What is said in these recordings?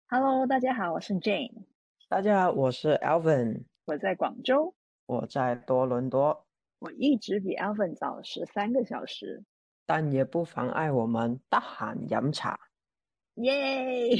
Hello，大家好，我是 Jane， 大家好，我是 Alvin， 我在广州， 我在多伦多， 我一直比 Alvin 早13个小时， 但也不妨碍我们大喊饮茶。 耶！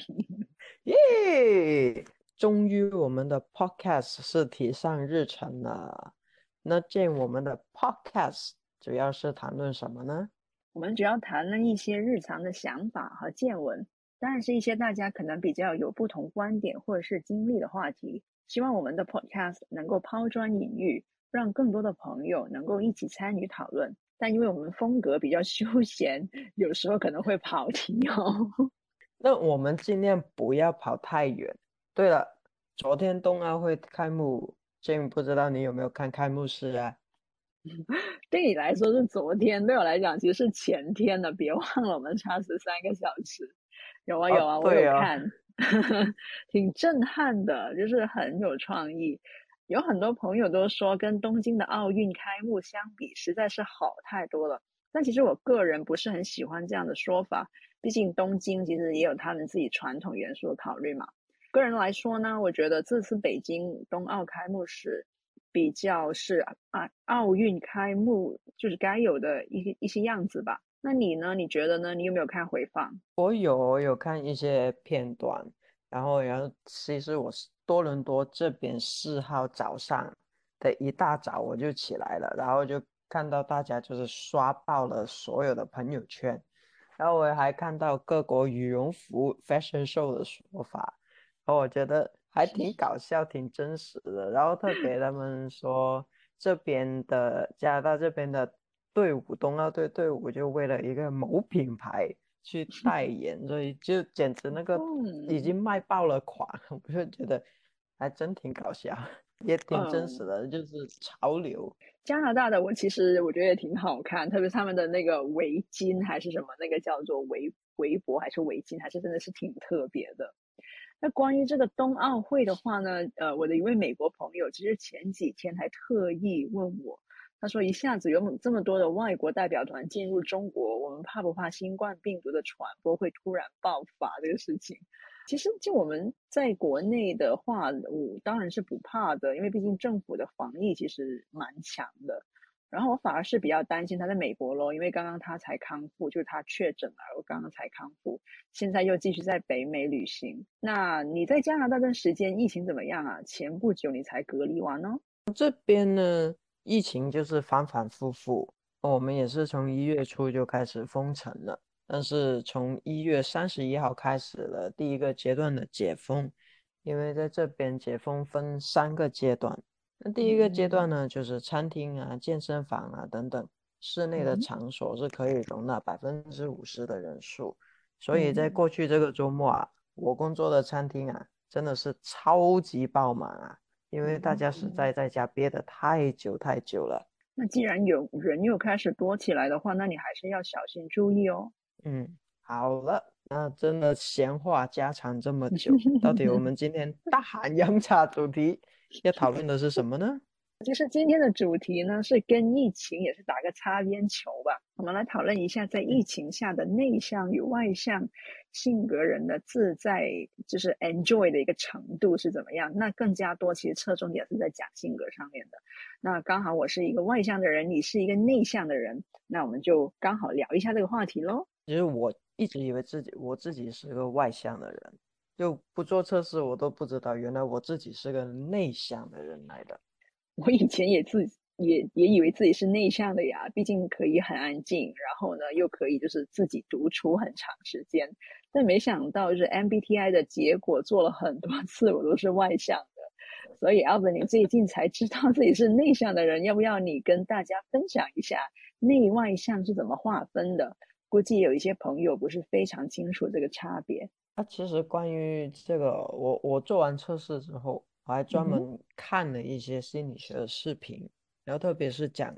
耶！终于我们的 Podcast 是提上日程了。那见我们的 Podcast 主要是谈论什么呢？ 我们主要谈论一些日常的想法和见闻，当然是一些大家可能比较有不同观点或者是经历的话题。希望我们的 Podcast 能够抛砖引玉，让更多的朋友能够一起参与讨论。但因为我们风格比较休闲，有时候可能会跑题哦。 那我们尽量不要跑太远。对了，昨天冬奥会开幕，Jane 不知道你有没有看开幕式啊？ 对你来说是昨天，对我来讲其实是前天的。别忘了，我们差13个小时。有啊有哦， 啊，我有对哦， 看，挺震撼的，就是很有创意。有很多朋友都说，跟东京的奥运开幕相比，实在是好太多了。但其实我个人不是很喜欢这样的说法，毕竟东京其实也有他们自己传统元素的考虑嘛。个人来说呢，我觉得这次北京冬奥开幕式比较是奥运开幕就是该有的一些样子吧。那你呢？你觉得呢？你有没有看回放？ 我有看一些片段，然后其实我是多伦多这边4号早上的一大早我就起来了，然后就看到大家就是刷爆了所有的朋友圈，然后我还看到各国羽绒服 fashion show 的说法，然后我觉得还挺搞笑，挺真实的。然后特别他们说这边的加拿大这边的队伍，冬奥队队伍就为了一个某品牌去代言，所以就简直那个已嗯经卖爆了款，我就觉得还真挺搞笑，也挺真实嗯， 的，就是潮流。 加拿大的我其实觉得也挺好看，特别是他们的那个围巾还是什么，那个叫做围脖还是围巾，还是真的是挺特别的。那关于这个冬奥会的话呢，我的一位美国朋友其实前几天还特意问我，他说一下子有这么多的外国代表团进入中国，我们怕不怕新冠病毒的传播会突然爆发这个事情？其实就我们在国内的话，我当然是不怕的，因为毕竟政府的防疫其实蛮强的。然后我反而是比较担心他在美国咯，因为刚刚他才康复，就是他确诊了，我刚刚才康复，现在又继续在北美旅行。那你在加拿大这段时间疫情怎么样啊？前不久你才隔离完呢。 这边呢，疫情就是反反复复，我们也是从1月初就开始封城了，但是从1月31号开始了第一个阶段的解封，因为在这边解封分3个阶段。那第一个阶段嗯呢，就是餐厅啊、健身房啊等等室内的嗯场所是可以容纳50%的人数，所以在嗯过去这个周末啊，我工作的餐厅啊，真的是超级爆满啊。因为大家实嗯。 在在家憋得太久太久了。 那既然有人又开始多起来的话，那你还是要小心注意哦。 嗯，好了，那真的闲话家常这么久，到底我们今天大喊洋茶主题要讨论的是什么呢？ 就是今天的主题呢，是跟疫情也是打个擦边球吧。我们来讨论一下，在疫情下的内向与外向性格人的自在，就是 enjoy 的一个程度是怎么样。那更加多其实侧重点是在讲性格上面的。那刚好我是一个外向的人，你是一个内向的人，那我们就刚好聊一下这个话题喽。 其实我一直以为我自己是个外向的人，就不做测试我都不知道，原来我自己是个内向的人来的。 我以前也以为自己是内向的呀，毕竟可以很安静，然后呢又可以就是自己独处很长时间，但没想到就是 MBTI 的结果做了很多次，我都是外向的。所以 Alvin，你最近才知道自己是内向的人，要不要你跟大家分享一下内外向是怎么划分的？估计有一些朋友不是非常清楚这个差别。 其实关于这个，我做完测试之后，我还专嗯哼， 门看了一些心理学的视频，然后特别是讲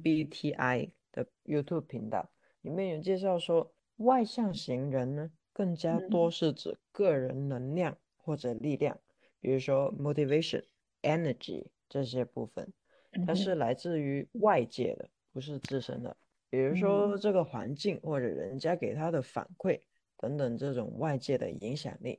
MBTI 的 YouTube 频道，里面有介绍说，外向型人呢，更加多嗯是指个人能量或者力量，比如说 motivation、energy 这些部分，它是嗯哼来自于外界的，不是自身的。比如说嗯这个环境或者人家给他的反馈。等等这种外界的影响力。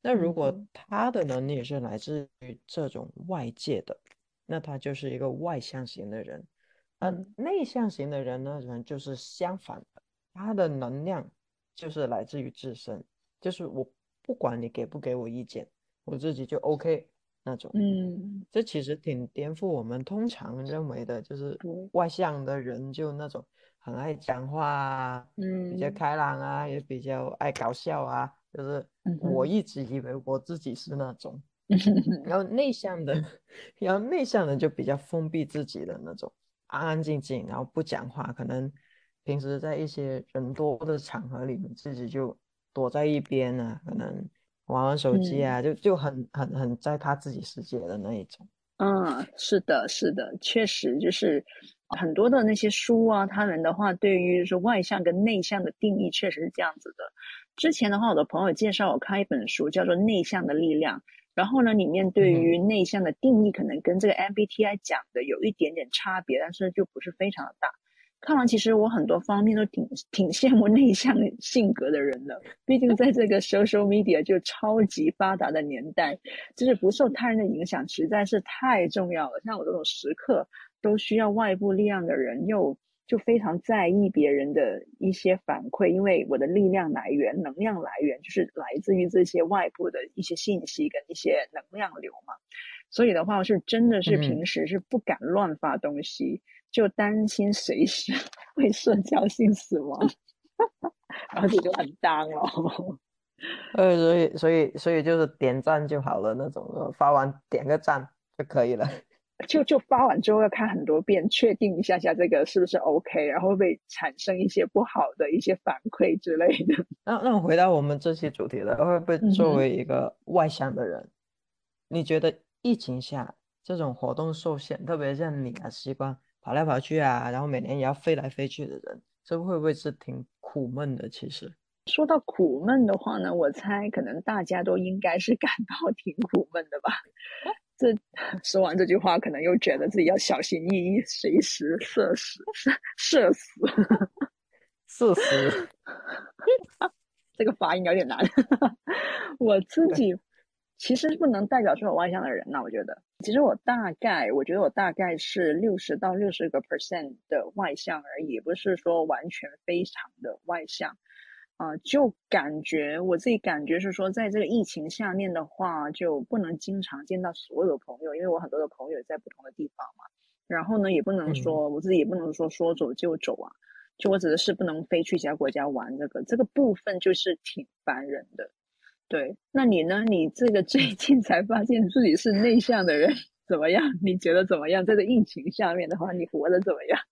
那如果嗯他的能力是来自于这种外界的，那他就是一个外向型的人。而嗯内向型的人呢，人就是相反的，他的能量就是来自于自身，就是我不管你给不给我意见，我自己就 OK 那种。 嗯， 这其实挺颠覆我们通常认为的，就是对， 外向的人就那种很爱讲话啊，比较嗯开朗啊，也比较爱搞笑啊，就是嗯哼， 我一直以为我自己是那种。然后内向的，然后内向的就比较封闭自己的那种，安安静静，然后不讲话，可能平时在一些人多的场合里面，自己就躲在一边啊，可能玩玩手机嗯。 啊，就很在他自己世界的那一种。 嗯，是的，是的，确实就是很多的那些书啊，他们的话对于说外向跟内向的定义确实是这样子的。之前的话，我的朋友介绍我看一本书，叫做《内向的力量》，然后呢，里面对嗯哼。 于内向的定义可能跟这个 MBTI 讲的有一点点差别，但是就不是非常的大。看完，其实我很多方面都挺羡慕内向性格的人的，毕竟在这个 social media 就超级发达的年代。就是不受他人的影响实在是太重要了。像我这种时刻都需要外部力量的人，又就非常在意别人的一些反馈，因为我的力量来源、能量来源就是来自于这些外部的一些信息跟一些能量流嘛。所以的话，是真的是平嗯哼。 时是不敢乱发东西，就担心随时会社交性死亡，然后这就很当了。 所以就是点赞就好了那种，发完点个赞就可以了。 就发完之后要看很多遍，确定一下下这个是不是 OK，然后会不会产生一些不好的一些反馈之类的。 那回到我们这期主题了，会不会嗯哼， 作为一个外向的人，你觉得疫情下这种活动受限，特别像你啊，习惯跑来跑去啊，然后每年也要飞来飞去的人，这会不会是挺苦闷的？其实。 说到苦闷的话呢，我猜可能大家都应该是感到挺苦闷的吧。这说完这句话，可能又觉得自己要小心翼翼，随时社死。 事实。 这个发音有点难。我自己其实不能代表是我外向的人呐，我觉得。其实我觉得我大概是60到60%的外向而已，不是说完全非常的外向。就感觉我自己感觉是说，在这个疫情下面的话，就不能经常见到所有的朋友，因为我很多的朋友在不同的地方嘛。然后呢，也不能嗯。 说我自己也不能说走就走啊，就我指的是不能飞去其他国家玩，这个部分就是挺烦人的。对，那你呢？你这个最近才发现自己是内向的人，怎么样？你觉得怎么样？在这疫情下面的话，你活得怎么样？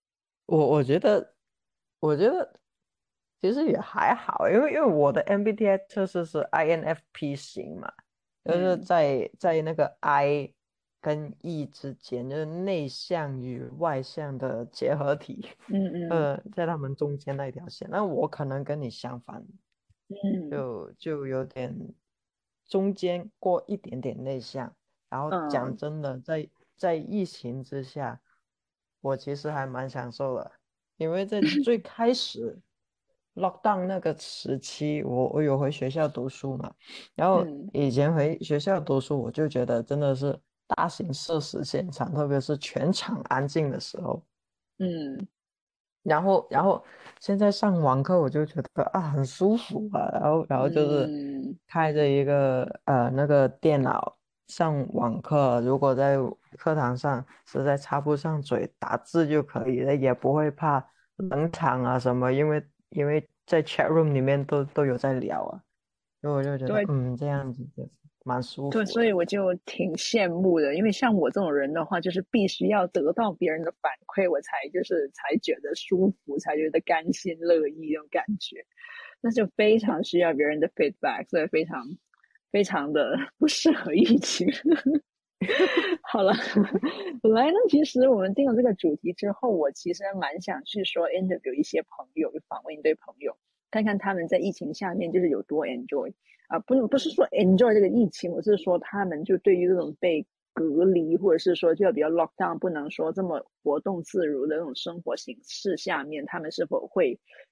我觉得其实也还好，因为我的 MBTI 测试是 INFP 型嘛，就是嗯在那个 I 跟 E 之间，就是内向与外向的结合体。 嗯嗯在他们中间那一条线。那我可能跟你相反， 嗯就有点中间过一点点内向。然后讲嗯真的，在疫情之下，我其实还蛮享受的，因为在最开始 lockdown 那个时期，我有回学校读书嘛，然后嗯以前回学校读书，我就觉得真的是大型社死现场，特别是全场安静的时候。 嗯然后现在上网课我就觉得啊很舒服啊，然后就是嗯， 开着一个那个电脑上网课，如果在课堂上实在插不上嘴，打字就可以了，也不会怕冷场啊什么，因为在 chat room 里面都有在聊啊，所以我就觉得对， 这样子就蛮舒对， 服的。 所以我就挺羡慕的，因为像我这种人的话，就是必须要得到别人的反馈，我才觉得舒服，才觉得甘心乐意那种感觉。那就非常需要别人的 feedback，所以非常的不适合疫情。好了，本来呢，其实我们定了这个主题之后，我其实蛮想去说 interview 一些朋友，访问一堆朋友，看看他们在疫情下面就是有多 enjoy 啊，不是说 enjoy 这个疫情，我是说他们就对于这种被隔离，或者是说就要比较 lock down，不能说这么活动自如的那种生活形式下面，他们是否会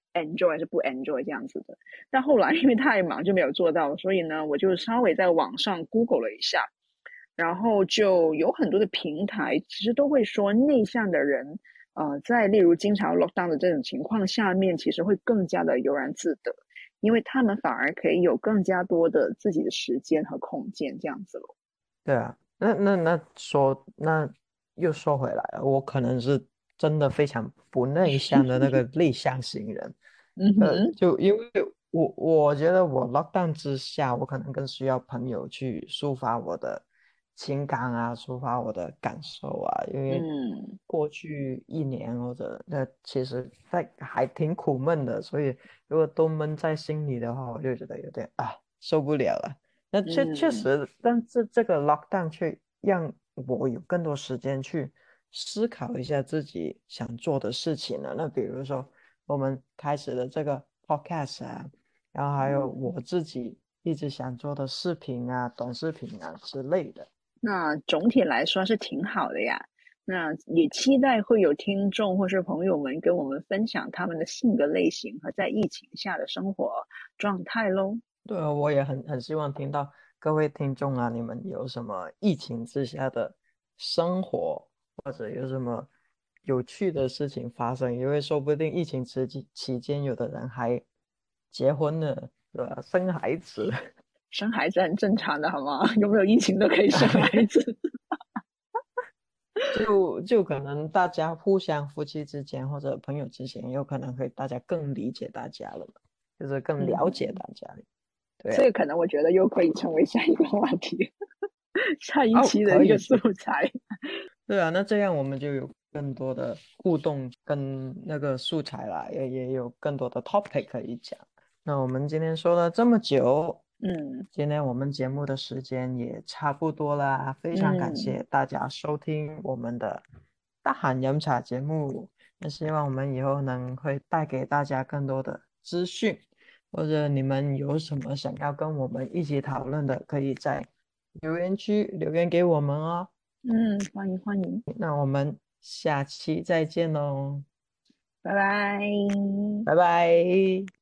enjoy 还是不 enjoy 这样子的。但后来因为太忙就没有做到，所以呢，我就稍微在网上 Google 了一下，然后就有很多的平台其实都会说内向的人，在例如经常 lockdown 的这种情况下面，其实会更加的悠然自得，因为他们反而可以有更加多的自己的时间和空间这样子咯。 对啊，那又说回来了，我可能是真的非常不内向的那个内向型人。 嗯哼， 就因为我觉得我 lockdown 之下，我可能更需要朋友去抒发我的情感啊，抒发我的感受啊。因为嗯过去一年或者其实还挺苦闷的，所以如果都闷在心里的话，我就觉得有点受不了了。那确嗯实，但是这个 lockdown 却让我有更多时间去思考一下自己想做的事情了。那比如说我们开始的这个 podcast 啊，然后还有嗯。 我自己一直想做的视频啊、短视频啊之类的。 那总体来说是挺好的呀。那也期待会有听众或是朋友们跟我们分享他们的性格类型和在疫情下的生活状态喽。 对啊，我也很希望听到各位听众啊，你们有什么疫情之下的生活，或者有什么有趣的事情发生，因为说不定疫情期间，有的人还结婚了，对吧？生孩子。 生孩子很正常的，好吗？有没有疫情都可以生孩子。 就可能大家互相夫妻之间或者朋友之间，有可能会大家更理解大家了嘛，就是更了解嗯哼， 大家。对啊。 这个可能我觉得又可以成为下一个话题，下一哦， 期的一个素可以可以。 材。 对啊，那这样我们就有更多的互动跟那个素材啦，也有更多的 topic 可以讲。那我们今天说了这么久， 嗯今天我们节目的时间也差不多啦，非常感嗯， 谢大家收听我们的大喊饮茶节目。那希望我们以后会带给大家更多的资讯，或者你们有什么想要跟我们一起讨论的，可以在留言区留言给我们哦。 嗯，欢迎欢迎， 那我们下期再见喽， 拜拜。 拜拜。